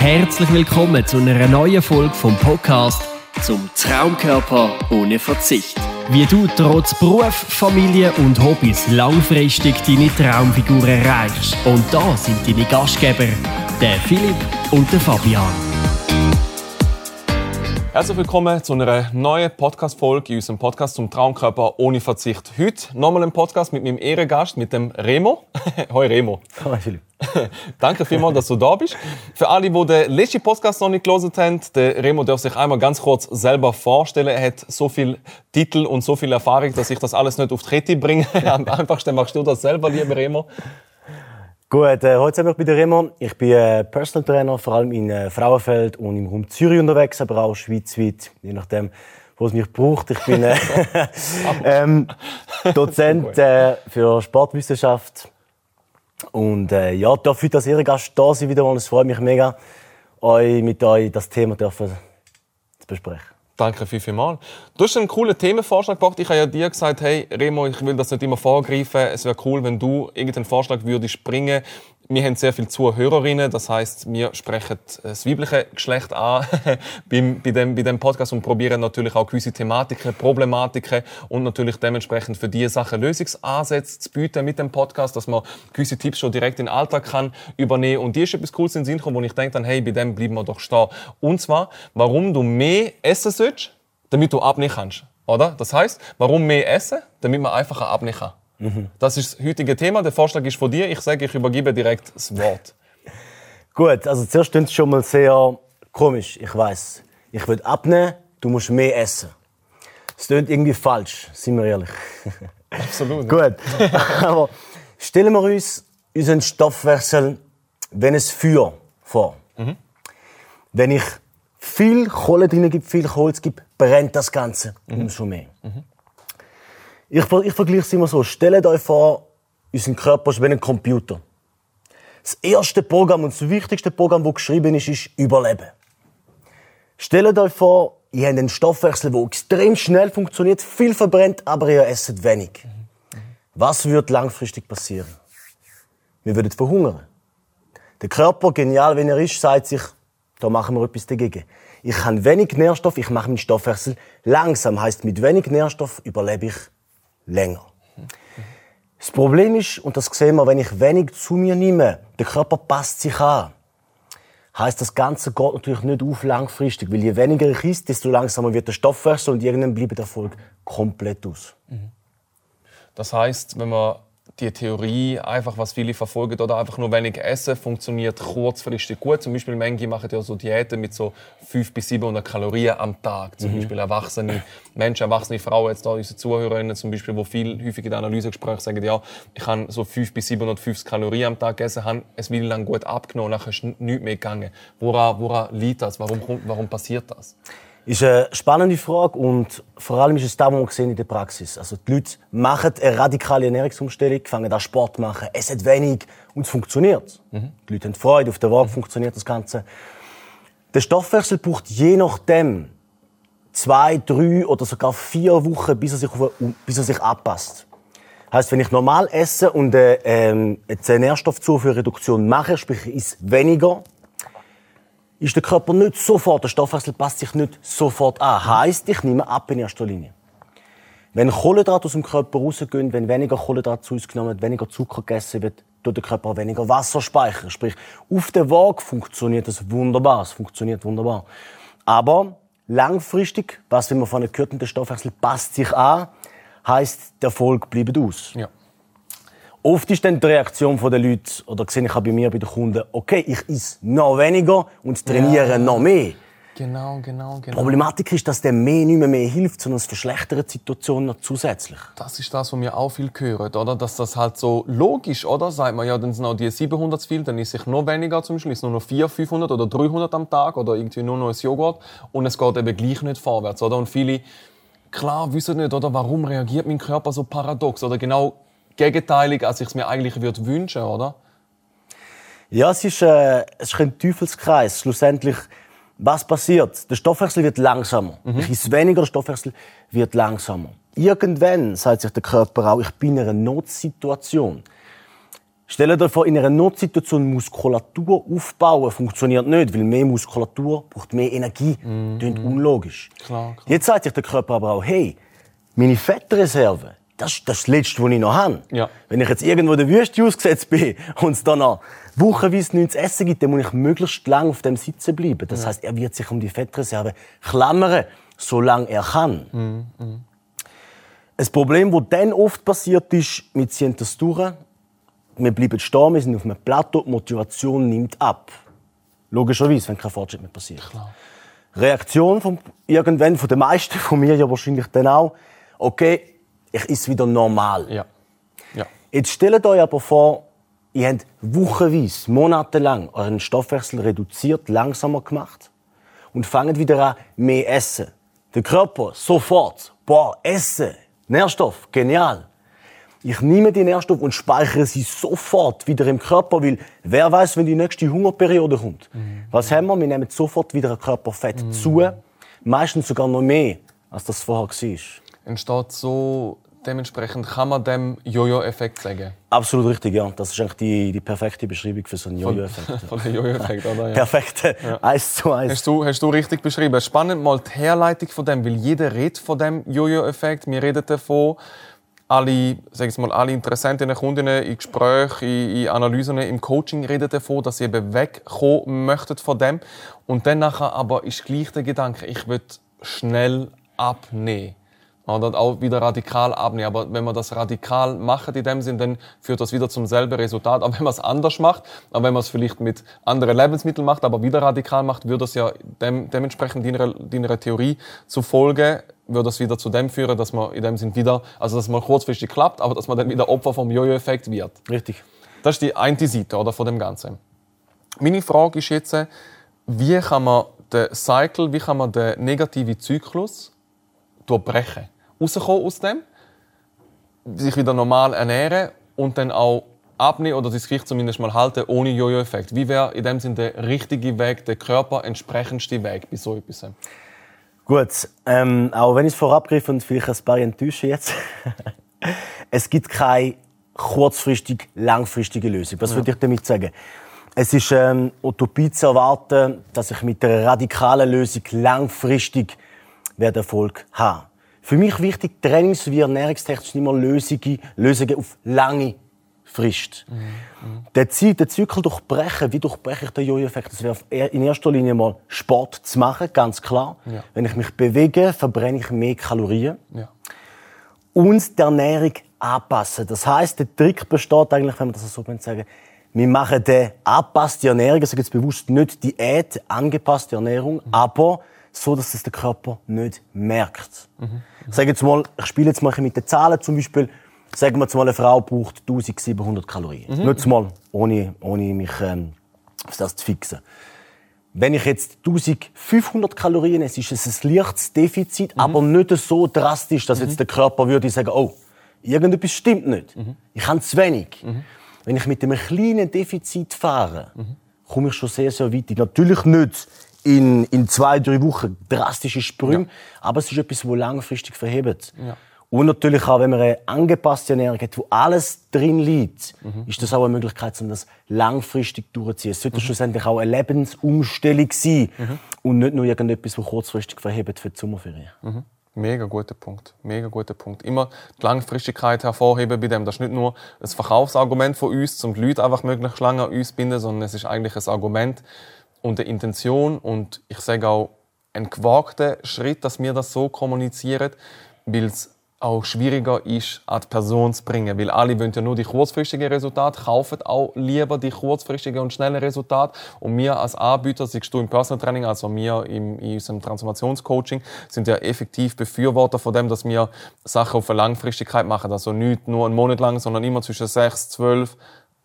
herzlich willkommen zu einer neuen Folge vom Podcast zum Traumkörper ohne Verzicht. Wie du trotz Beruf, Familie und Hobbys langfristig deine Traumfigur erreichst. Und da sind deine Gastgeber, der Philipp und der Fabian. Herzlich willkommen zu einer neuen Podcast-Folge in unserem Podcast zum Traumkörper ohne Verzicht. Heute nochmal ein Podcast mit meinem Ehrengast, mit dem Remo. Hoi Remo. Hoi Philipp. Danke vielmals, dass du da bist. Für alle, die den letzten Podcast noch nicht gelesen haben, der Remo darf sich einmal ganz kurz selber vorstellen. Er hat so viele Titel und so viel Erfahrung, dass ich das alles nicht auf die Kette bringe. Am einfachsten machst du das selber, lieber Remo. Gut, heute sind wir bei der Remo. Ich bin Personal Trainer, vor allem in Frauenfeld und im Raum Zürich unterwegs, aber auch schweizweit, je nachdem, wo es mich braucht. Ich bin Dozent für Sportwissenschaft und darf heute als Ehrengast da sein wieder und es freut mich mega, mit euch das Thema zu besprechen. Danke vielmals. Du hast einen coolen Themenvorschlag gebracht. Ich habe ja dir gesagt, hey Remo, ich will das nicht immer vorgreifen. Es wäre cool, wenn du irgendeinen Vorschlag würdest bringen. Wir haben sehr viele Zuhörerinnen, das heisst, wir sprechen das weibliche Geschlecht an bei dem Podcast und probieren natürlich auch gewisse Thematiken, Problematiken und natürlich dementsprechend für diese Sachen Lösungsansätze zu bieten mit dem Podcast, dass man gewisse Tipps schon direkt in den Alltag kann übernehmen. Und dir ist etwas Cooles in den Sinn gekommen, wo ich denke, hey, bei dem bleiben wir doch stehen. Und zwar, warum du mehr essen sollst, damit du abnehmen kannst. Oder? Das heisst, warum mehr essen, damit man einfacher abnehmen kann. Das ist das heutige Thema. Der Vorschlag ist von dir. Ich sage, ich übergebe direkt das Wort. Gut, also zuerst klingt es schon mal sehr komisch. Ich weiss. Ich will abnehmen, du musst mehr essen. Das klingt irgendwie falsch, sind wir ehrlich. Absolut. Gut, aber stellen wir uns unseren Stoffwechsel, wenn es Feuer vor. Wenn ich viel Kohle drin gibt, viel Holz gibt, brennt das Ganze umso mehr. Ich vergleiche es immer so. Stellt euch vor, unser Körper ist wie ein Computer. Das erste Programm und das wichtigste Programm, das geschrieben ist, ist Überleben. Stellt euch vor, ihr habt einen Stoffwechsel, der extrem schnell funktioniert, viel verbrennt, aber ihr esst wenig. Was wird langfristig passieren? Wir würden verhungern. Der Körper, genial wenn er ist, sagt sich, da machen wir etwas dagegen. Ich habe wenig Nährstoff, ich mache meinen Stoffwechsel langsam. Heisst, mit wenig Nährstoff überlebe ich länger. Das Problem ist, und das sehen wir, wenn ich wenig zu mir nehme, der Körper passt sich an. Heisst, das Ganze geht natürlich nicht auf langfristig, weil je weniger ich esse, desto langsamer wird der Stoffwechsel und irgendwann bleibt der Erfolg komplett aus. Das heisst, wenn man die Theorie, einfach was viele verfolgen oder einfach nur wenig essen, funktioniert kurzfristig gut. Zum Beispiel manche machen ja so Diäten mit so 500 bis 700 Kalorien am Tag. Zum Beispiel erwachsene Menschen, erwachsene Frauen, jetzt da unsere Zuhörerinnen zum Beispiel, die viel häufig in Analysegesprächen sagen, ja, ich habe so 500 bis 750 Kalorien am Tag gegessen, habe es will lang gut abgenommen, nachher ist nichts mehr gegangen. Woran liegt das? Warum passiert das? Ist eine spannende Frage und vor allem ist es das, was wir sehen in der Praxis. Also die Leute machen eine radikale Ernährungsumstellung, fangen an Sport zu machen, essen wenig und es funktioniert. Die Leute haben Freude, auf der Waage funktioniert das Ganze. Der Stoffwechsel braucht je nachdem 2, 3 oder sogar 4 Wochen, bis er sich anpasst. Heisst, wenn ich normal esse und eine Nährstoffzufuhrreduktion mache, sprich ich esse weniger, ist der Körper nicht sofort, der Stoffwechsel passt sich nicht sofort an. Heisst, ich nehme ab in erster Linie. Wenn Kohlenhydrate aus dem Körper rausgehen, wenn weniger Kohlenhydrate zu uns genommen wird, weniger Zucker gegessen wird, tut der Körper weniger Wasser speichern. Sprich, auf der Waage funktioniert das wunderbar. Es funktioniert wunderbar. Aber langfristig, was wenn man von gehört, der Stoffwechsel passt sich an, heisst, der Erfolg bleibt aus. Ja. Oft ist dann die Reaktion der Leute, oder sehe ich auch bei mir, bei den Kunden, okay, ich esse noch weniger und trainiere noch mehr. Genau. Die Problematik ist, dass der mehr nicht mehr hilft, sondern es verschlechtert die Situation noch zusätzlich. Das ist das, was wir auch viel hören, oder? Dass das halt so logisch, oder? Sagt man ja, dann sind auch die 700 zu viel, dann esse ich noch weniger zum Beispiel, ist nur noch 400, 500 oder 300 am Tag oder irgendwie nur noch ein Joghurt und es geht eben gleich nicht vorwärts, oder? Und viele, klar, wissen nicht, oder? Warum reagiert mein Körper so paradox, oder genau gegenteilig, als ich es mir eigentlich wünschen würde, oder? Ja, es ist ein Teufelskreis. Schlussendlich, was passiert? Der Stoffwechsel wird langsamer. Ich esse weniger, der Stoffwechsel wird langsamer. Irgendwann sagt sich der Körper auch, ich bin in einer Notsituation. Stellt euch vor, in einer Notsituation Muskulatur aufbauen funktioniert nicht, weil mehr Muskulatur braucht mehr Energie. Klingt unlogisch. Klar. Jetzt sagt sich der Körper aber auch, hey, meine Fettreserve, das ist das Letzte, was ich noch habe. Ja. Wenn ich jetzt irgendwo in der Wüste ausgesetzt bin und es dann noch wochenweise nichts zu essen gibt, dann muss ich möglichst lange auf dem sitzen bleiben. Das heisst, er wird sich um die Fettreserve klammern, solange er kann. Ein Problem, das dann oft passiert ist, wir ziehen das durch, wir bleiben stehen, wir sind auf einem Plateau, die Motivation nimmt ab. Logischerweise, wenn kein Fortschritt mehr passiert. Klar. Reaktion von den meisten, von mir ja wahrscheinlich dann auch, okay, ich esse wieder normal. Ja. Jetzt stellt euch aber vor, ihr habt wochenweise, monatelang euren Stoffwechsel reduziert, langsamer gemacht und fangt wieder an, mehr essen. Der Körper sofort, essen, Nährstoff, genial. Ich nehme die Nährstoffe und speichere sie sofort wieder im Körper, weil wer weiß, wenn die nächste Hungerperiode kommt. Was haben wir? Wir nehmen sofort wieder ein Körperfett zu, meistens sogar noch mehr, als das vorher war. Entsteht so, dementsprechend kann man dem Jojo-Effekt sagen. Absolut richtig, ja. Das ist eigentlich die perfekte Beschreibung für so einen Jojo-Effekt. Von dem Jojo-Effekt, oder? Ja. Perfekt, 1:1. Hast du richtig beschrieben. Spannend mal die Herleitung von dem, weil jeder redet von dem Jojo-Effekt. Wir reden davon, alle Interessenten, Kundinnen in Gesprächen, in Analysen, im Coaching reden davon, dass sie eben wegkommen möchten von dem. Und dann nachher aber ist gleich der Gedanke, ich will schnell abnehmen. Oder auch wieder radikal abnehmen. Aber wenn man das radikal macht in dem Sinn, dann führt das wieder zum selben Resultat. Aber wenn man es anders macht, aber wenn man es vielleicht mit anderen Lebensmitteln macht, aber wieder radikal macht, würde das ja dementsprechend deiner Theorie zufolge, würde das wieder zu dem führen, dass man in dem Sinn wieder, also dass man kurzfristig klappt, aber dass man dann wieder Opfer vom Jojo-Effekt wird. Richtig. Das ist die eine Seite, oder, von dem Ganzen. Meine Frage ist jetzt, wie kann man den Cycle, wie kann man den negativen Zyklus durchbrechen? Rauskommen aus dem, sich wieder normal ernähren und dann auch abnehmen oder das Gewicht zumindest mal halten, ohne Jojo-Effekt. Wie wäre in dem Sinne der richtige Weg, der körperentsprechendste Weg bei so etwas? Gut, auch wenn ich es vorab greife und vielleicht ein paar enttäusche jetzt, es gibt keine kurzfristig langfristige Lösung. Was würde ich damit sagen? Es ist Utopie zu erwarten, dass ich mit einer radikalen Lösung langfristig Erfolg haben werde. Für mich wichtig, trainings- wie ernährungstechnisch immer Lösungen auf lange Frist. Den Zyklus durchbrechen, wie durchbreche ich den Jojo-Effekt? Das wäre in erster Linie mal Sport zu machen, ganz klar. Ja. Wenn ich mich bewege, verbrenne ich mehr Kalorien. Ja. Und die Ernährung anpassen. Das heisst, der Trick besteht eigentlich, wenn man das so sagen, wir machen eine angepasste Ernährung, ich sage jetzt bewusst nicht Diät, angepasste Ernährung, aber so, dass es der Körper nicht merkt. Ich sage jetzt mal, ich spiele jetzt mal mit den Zahlen. Zum Beispiel, sagen wir jetzt mal, eine Frau braucht 1700 Kalorien. Nicht mal, ohne mich auf das zu fixen. Wenn ich jetzt 1500 Kalorien esse, ist es ein leichtes Defizit, aber nicht so drastisch, dass jetzt der Körper würde sagen, oh, irgendetwas stimmt nicht. Ich habe zu wenig. Wenn ich mit einem kleinen Defizit fahre, komme ich schon sehr, sehr weit. Natürlich nicht in 2-3 Wochen drastische Sprünge, aber es ist etwas, das langfristig verhebt. Ja. Und natürlich auch, wenn man eine angepasste Ernährung hat, wo alles drin liegt, ist das auch eine Möglichkeit, um das langfristig durchzuziehen. Es sollte schlussendlich auch eine Lebensumstellung sein und nicht nur irgendetwas, das kurzfristig verhebt für die Sommerferien. Mega guter Punkt. Mega guter Punkt. Immer die Langfristigkeit hervorheben bei dem. Das ist nicht nur ein Verkaufsargument von uns, um die Leute einfach möglichst lange an uns zu binden, sondern es ist eigentlich ein Argument und eine Intention und ich sage auch ein gewagter Schritt, dass wir das so kommunizieren, weil es auch schwieriger ist, an die Person zu bringen. Weil alle wollen ja nur die kurzfristigen Resultate, kaufen auch lieber die kurzfristigen und schnellen Resultate. Und wir als Anbieter, siehst du im Personal Training, also wir in unserem Transformationscoaching, sind ja effektiv Befürworter von dem, dass wir Sachen auf eine Langfristigkeit machen. Also nicht nur einen Monat lang, sondern immer zwischen 6, 12,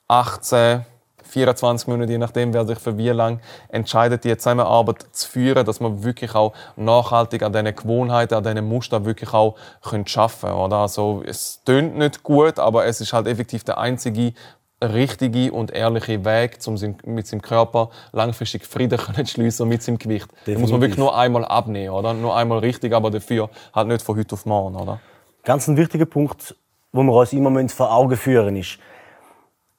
18, 24 Monate, je nachdem, wer sich für wie lang entscheidet, die Zusammenarbeit zu führen, dass man wirklich auch nachhaltig an diesen Gewohnheiten, an diesen Mustern wirklich auch arbeiten können. Also, es tönt nicht gut, aber es ist halt effektiv der einzige richtige und ehrliche Weg, um mit seinem Körper langfristig Frieden zu schliessen und mit seinem Gewicht. Da muss man wirklich nur einmal abnehmen, oder? Nur einmal richtig, aber dafür halt nicht von heute auf morgen, oder? Ganz ein wichtiger Punkt, den wir uns immer vor Augen führen, ist,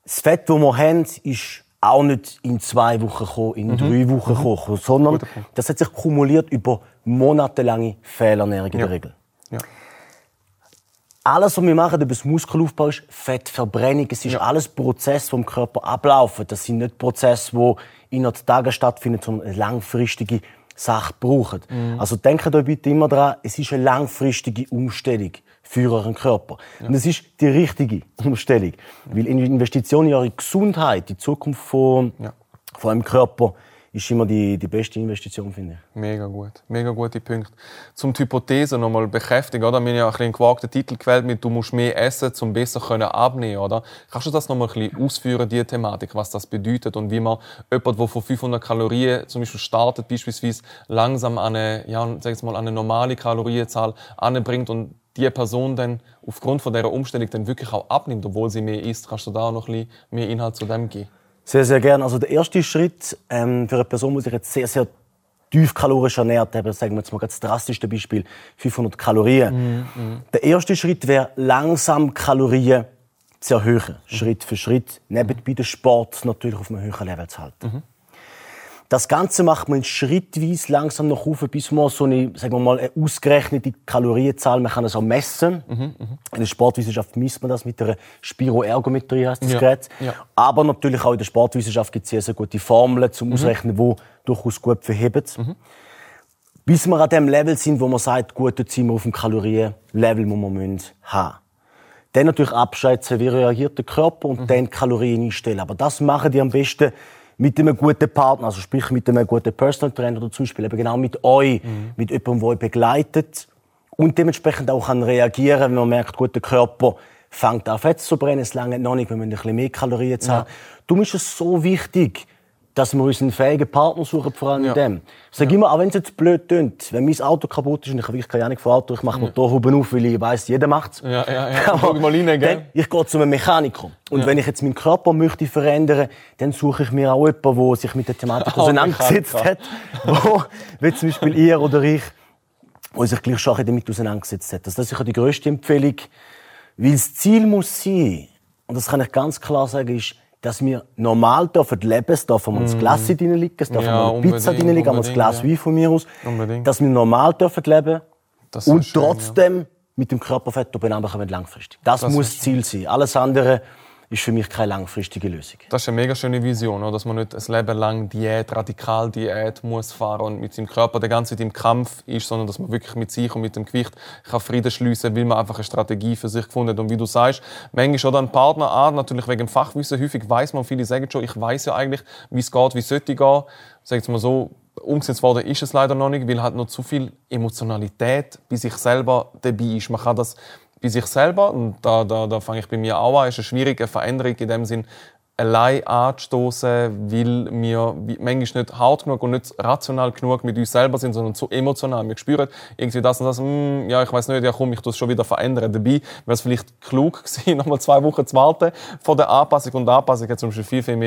Das Fett, das wir haben, ist auch nicht in 2 Wochen gekommen, in 3 Wochen gekommen, sondern das hat sich kumuliert über monatelange Fehlernährung in der Regel. Ja. Alles, was wir machen, ob es Muskelaufbau ist, Fettverbrennung, es ist alles Prozesse, die im Körper ablaufen. Das sind nicht Prozesse, die in den Tagen stattfinden, sondern eine langfristige Sache brauchen. Also denkt euch bitte immer daran, es ist eine langfristige Umstellung für euren Körper. Und es ist die richtige Umstellung. Weil eine Investition in eure Gesundheit, die Zukunft von eurem Körper, ist immer die beste Investition, finde ich. Mega gute Punkte. Zum die Hypothese noch mal bekräftigen, oder? Wir haben ja einen gewagten Titel gewählt mit «Du musst mehr essen, um besser abnehmen», oder? Kannst du das noch mal ein bisschen ausführen, die Thematik, was das bedeutet und wie man jemanden, der von 500 Kalorien zum Beispiel startet, beispielsweise langsam an eine normale Kalorienzahl anbringt und die Person dann aufgrund von dieser Umstellung dann wirklich auch abnimmt, obwohl sie mehr isst. Kannst du da noch ein bisschen mehr Inhalt zu dem geben? Sehr, sehr gerne. Also der erste Schritt für eine Person, die sich jetzt sehr, sehr tief kalorisch ernährt, sagen wir jetzt mal das drastischste Beispiel, 500 Kalorien. Der erste Schritt wäre, langsam Kalorien zu erhöhen. Schritt für Schritt. Nebenbei den Sport natürlich auf einem höheren Level zu halten. Das Ganze macht man schrittweise langsam nach oben, bis man so eine, sagen wir mal, eine ausgerechnete Kalorienzahl, man kann es auch messen. In der Sportwissenschaft misst man das mit einer Spiroergometrie, heisst das Gerät. Ja. Aber natürlich auch in der Sportwissenschaft gibt es sehr, sehr gute Formeln zum Ausrechnen, die durchaus gut verheben. Bis wir an dem Level sind, wo man sagt, gut, jetzt sind wir auf dem Kalorienlevel, das wir haben. Dann natürlich abschätzen, wie reagiert der Körper und dann Kalorien einstellen. Aber das machen die am besten mit einem guten Partner, also sprich mit einem guten Personal Trainer oder zum Beispiel eben genau mit euch, mit jemandem, der euch begleitet und dementsprechend auch kann reagieren, wenn man merkt, gut, der Körper fängt an Fett zu brennen, es lange noch nicht, wenn man ein bisschen mehr Kalorien haben. Darum ist es so wichtig, dass wir uns einen fähigen Partner suchen, vor allem in dem. Ich sage immer, auch wenn es jetzt blöd tönt, wenn mein Auto kaputt ist und ich habe wirklich keine Ahnung von Auto, ich mache Motorhuben auf, weil ich weiss, jeder macht's. Schau mal rein, gell? Ich gehe zu einem Mechaniker. Und wenn ich jetzt meinen Körper möchte verändern, dann suche ich mir auch jemanden, der sich mit der Thematik auseinandergesetzt hat. Wie zum Beispiel ihr oder ich, der sich gleich schon damit auseinandergesetzt hat. Also das ist die grösste Empfehlung. Weil das Ziel muss sein, und das kann ich ganz klar sagen, ist, dass wir normal leben dürfen. Es darf mal ein Glas drin liegen, es darf mal eine Pizza drin liegen, mal ein Glas Wein von mir aus. Dass wir normal leben dürfen und schön, trotzdem mit dem Körperfett bekommen langfristig. Das muss das Ziel sein. Alles andere ist für mich keine langfristige Lösung. Das ist eine mega schöne Vision, dass man nicht ein Leben lang radikal Diät muss fahren und mit seinem Körper die ganze Zeit im Kampf ist, sondern dass man wirklich mit sich und mit dem Gewicht kann Frieden schliessen, weil man einfach eine Strategie für sich gefunden hat. Und wie du sagst, manchmal oder ein Partner natürlich wegen dem Fachwissen, häufig weiss man, viele sagen schon, ich weiss ja eigentlich, wie es geht, wie es sollte gehen. Sag jetzt mal so, umgesetzt worden ist es leider noch nicht, weil halt noch zu viel Emotionalität bei sich selber dabei ist. Man kann das bei sich selber, und da fange ich bei mir auch an, ist eine schwierige Veränderung in dem Sinn, allein anzustoßen, weil wir manchmal nicht hart genug und nicht rational genug mit uns selber sind, sondern zu emotional. Wir spüren irgendwie das und das, ja, ich weiss nicht, ja komm, ich tue es schon wieder verändern. Dabei wäre es vielleicht klug gewesen, noch mal 2 Wochen zu warten vor der Anpassung. Und die Anpassung hat zum Beispiel viel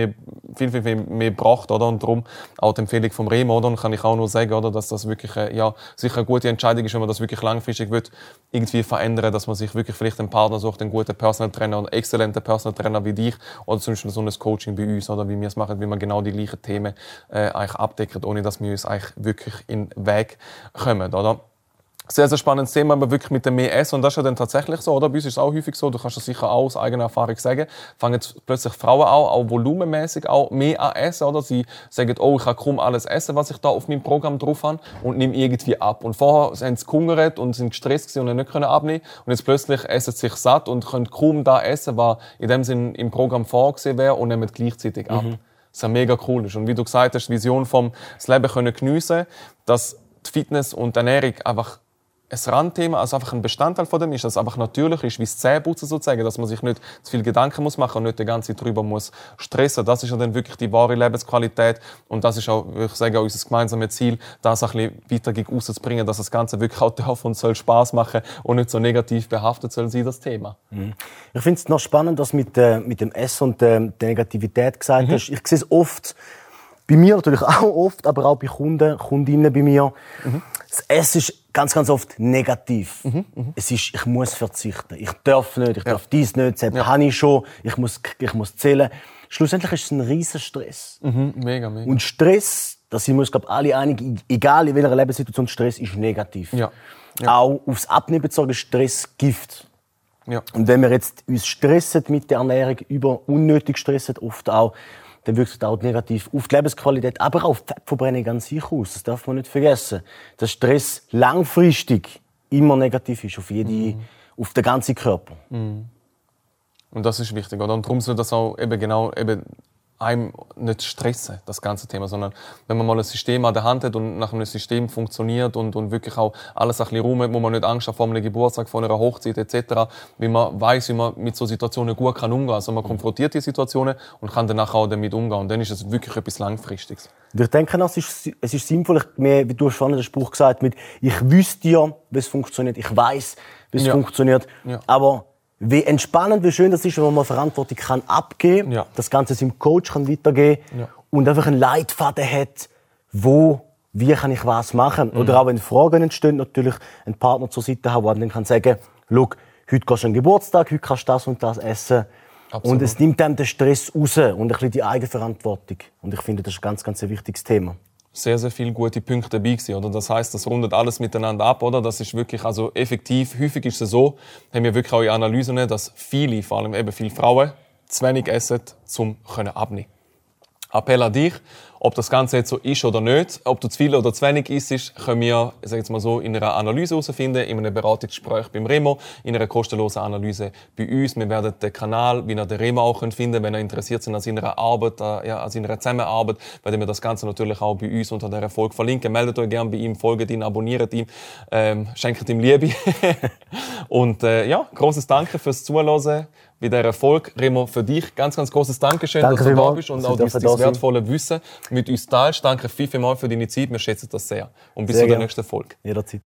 mehr gebracht, oder? Und darum auch die Empfehlung vom Remo, oder? Und kann ich auch nur sagen, oder, dass das wirklich, sicher eine gute Entscheidung ist, wenn man das wirklich langfristig will, irgendwie verändern, dass man sich wirklich vielleicht einen Partner sucht, einen guten Personal Trainer, einen exzellenten Personal Trainer wie dich, oder zum Beispiel so ein Coaching bei uns, oder wie wir es machen, wie wir genau die gleichen Themen eigentlich abdecken, ohne dass wir uns eigentlich wirklich in den Weg kommen, oder? Sehr, sehr spannendes Thema, aber wirklich mit dem mehr Essen. Und das ist ja dann tatsächlich so, oder? Bei uns ist es auch häufig so, du kannst das sicher auch aus eigener Erfahrung sagen, fangen jetzt plötzlich Frauen auch volumenmäßig auch mehr an essen, oder? Sie sagen, oh, ich kann kaum alles essen, was ich da auf meinem Programm drauf habe, und nehme irgendwie ab. Und vorher haben sie gehungert und sind gestresst und nicht können abnehmen. Und jetzt plötzlich essen sie sich satt und können kaum da essen, was in dem Sinn im Programm vorgesehen wäre, und nehmen gleichzeitig ab. Was ja mega cool ist. Und wie du gesagt hast, die Vision vom das Leben können geniessen, dass die Fitness und die Ernährung einfach ein Randthema, also einfach ein Bestandteil von dem ist, dass es einfach natürlich ist, wie das Zähneputzen sozusagen, dass man sich nicht zu viel Gedanken muss machen und nicht die ganze Zeit drüber muss stressen. Das ist ja dann wirklich die wahre Lebensqualität, und das ist auch, würde ich sagen, unser gemeinsames Ziel, das ein bisschen weiter gegen rauszubringen, dass das Ganze wirklich auch darf und soll Spaß machen und nicht so negativ behaftet soll sein, das Thema. Ich finde es noch spannend, dass mit dem Essen und der Negativität gesagt hast. Ich sehe es oft bei mir natürlich auch oft, aber auch bei Kundinnen bei mir. Das Essen ist ganz, ganz oft negativ. Es ist, ich muss verzichten. Ich darf nicht, ich darf dies nicht, selbst habe ich schon, ich muss zählen. Schlussendlich ist es ein riesen Stress. Mega. Und Stress, da sind wir uns, glaube ich, alle einig, egal in welcher Lebenssituation, Stress ist negativ. Ja. Auch aufs Abnehmen bezogen ist Stress Gift. Ja. Und wenn wir jetzt uns stressen mit der Ernährung, unnötig stressen, oft auch, dann wirkt es auch negativ auf die Lebensqualität, aber auch auf die Fettverbrennung an sich aus. Das darf man nicht vergessen. Dass Stress langfristig immer negativ ist auf den ganzen Körper. Und das ist wichtig, oder? Und darum soll das auch einem nicht stressen, das ganze Thema, sondern wenn man mal ein System an der Hand hat und nach einem System funktioniert und wirklich auch alles ein bisschen rum hat, wo man nicht Angst hat vor einem Geburtstag, vor einer Hochzeit etc., wie man weiss, wie man mit so Situationen gut kann umgehen kann. Also man konfrontiert die Situationen und kann danach auch damit umgehen. Und dann ist es wirklich etwas Langfristiges. Ich denke, es ist sinnvoll, wie du hast vorhin den Spruch gesagt hast, ich wüsste ja, wie es funktioniert, ich weiss, wie es funktioniert, aber wie entspannend, wie schön das ist, wenn man Verantwortung kann abgeben kann, das Ganze seinem Coach kann weitergeben und einfach einen Leitfaden hat, wie kann ich was machen. Oder auch wenn Fragen entstehen, natürlich einen Partner zur Seite haben, der dann kann sagen, schau, heute gehst du an den Geburtstag, heute kannst du das und das essen. Absolut. Und es nimmt einem den Stress raus und ein bisschen die Eigenverantwortung. Und ich finde, das ist ein ganz, ganz wichtiges Thema. Sehr, sehr viele gute Punkte dabei gewesen, oder? Das heisst, das rundet alles miteinander ab, oder? Das ist wirklich, also effektiv, häufig ist es so, haben wir wirklich auch in Analysen, dass viele, vor allem eben viele Frauen, zu wenig essen, um abnehmen. Appell an dich, ob das Ganze jetzt so ist oder nicht, ob du zu viel oder zu wenig isst, können wir, ich sage jetzt mal so, in einer Analyse herausfinden, in einem Beratungsgespräch beim Remo, in einer kostenlosen Analyse bei uns. Wir werden den Kanal, wie ihr den Remo auch finden könnt, wenn ihr interessiert sind an seiner Arbeit, an seiner Zusammenarbeit, werden wir das Ganze natürlich auch bei uns unter dieser Folge verlinken. Meldet euch gerne bei ihm, folgt ihm, abonniert ihm, schenkt ihm Liebe. Und grosses Danke fürs Zuhören bei dieser Folge. Remo, für dich ganz, ganz grosses Dankeschön, dass du da bist und auch dein wertvolle Wissen mit uns teilst. Danke vielmals für deine Zeit. Wir schätzen das sehr. Und bis zur nächsten Folge. Jederzeit.